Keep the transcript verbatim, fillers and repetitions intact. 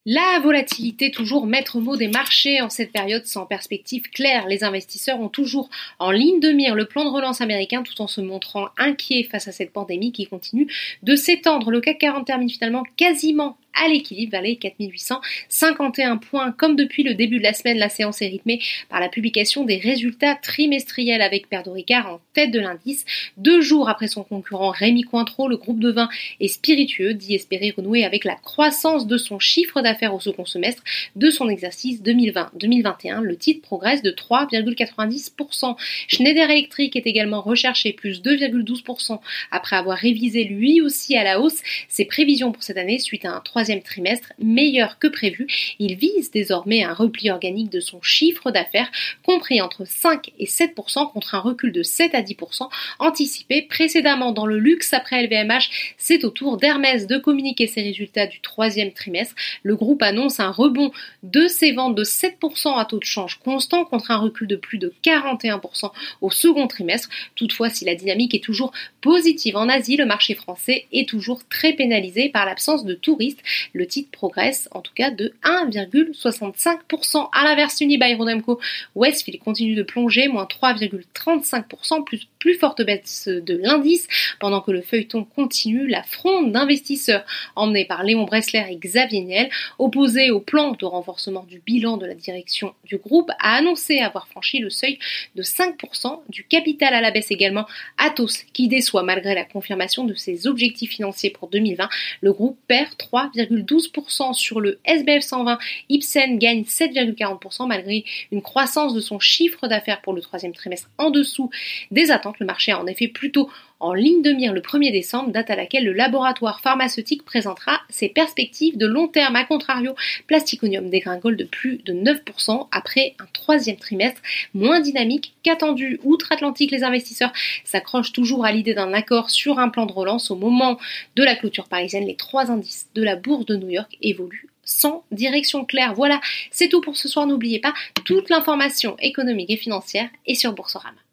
La volatilité, toujours maître mot des marchés en cette période sans perspective claire. Les investisseurs ont toujours en ligne de mire le plan de relance américain tout en se montrant inquiets face à cette pandémie qui continue de s'étendre. Le C A C quarante termine finalement quasiment à l'équilibre vers les quatre mille huit cent cinquante et un points. Comme depuis le début de la semaine, la séance est rythmée par la publication des résultats trimestriels avec Pernod Ricard en tête de l'indice. Deux jours après son concurrent Rémy Cointreau, le groupe de vins et spiritueux dit espérer renouer avec la croissance de son chiffre d'affaires au second semestre de son exercice deux mille vingt deux mille vingt et un. Le titre progresse de trois virgule quatre-vingt-dix pour cent. Schneider Electric est également recherché, plus deux virgule douze pour cent après avoir révisé lui aussi à la hausse ses prévisions pour cette année suite à un troisième trimestre meilleur que prévu. Il vise désormais un repli organique de son chiffre d'affaires compris entre cinq et sept pour cent contre un recul de sept à dix pour cent anticipé précédemment. Dans le luxe après L V M H, c'est au tour d'Hermès de communiquer ses résultats du troisième trimestre. Le groupe annonce un rebond de ses ventes de sept pour cent à taux de change constant contre un recul de plus de quarante et un pour cent au second trimestre. Toutefois, si la dynamique est toujours positive en Asie, le marché français est toujours très pénalisé par l'absence de touristes. Le titre progresse en tout cas de un virgule soixante-cinq pour cent. À l'inverse, Unibail-Rodamco Westfield continue de plonger, moins trois virgule trente-cinq pour cent, plus, plus forte baisse de l'indice, pendant que le feuilleton continue. La fronde d'investisseurs emmenée par Léon Bressler et Xavier Niel, opposé au plan de renforcement du bilan de la direction du groupe, a annoncé avoir franchi le seuil de cinq pour cent du capital. À la baisse également Atos, qui déçoit malgré la confirmation de ses objectifs financiers pour deux mille vingt. Le groupe perd trois virgule douze pour cent sur le S B F cent vingt. Ipsen gagne sept virgule quarante pour cent malgré une croissance de son chiffre d'affaires pour le troisième trimestre en dessous des attentes. Le marché a en effet plutôt en ligne de mire le premier décembre, date à laquelle le laboratoire pharmaceutique présentera ses perspectives de long terme. A contrario, Plasticonium dégringole de plus de neuf pour cent après un troisième trimestre moins dynamique qu'attendu. Outre-Atlantique, les investisseurs s'accrochent toujours à l'idée d'un accord sur un plan de relance. Au moment de la clôture parisienne, les trois indices de la bourse de New York évoluent sans direction claire. Voilà, c'est tout pour ce soir. N'oubliez pas, toute l'information économique et financière est sur Boursorama.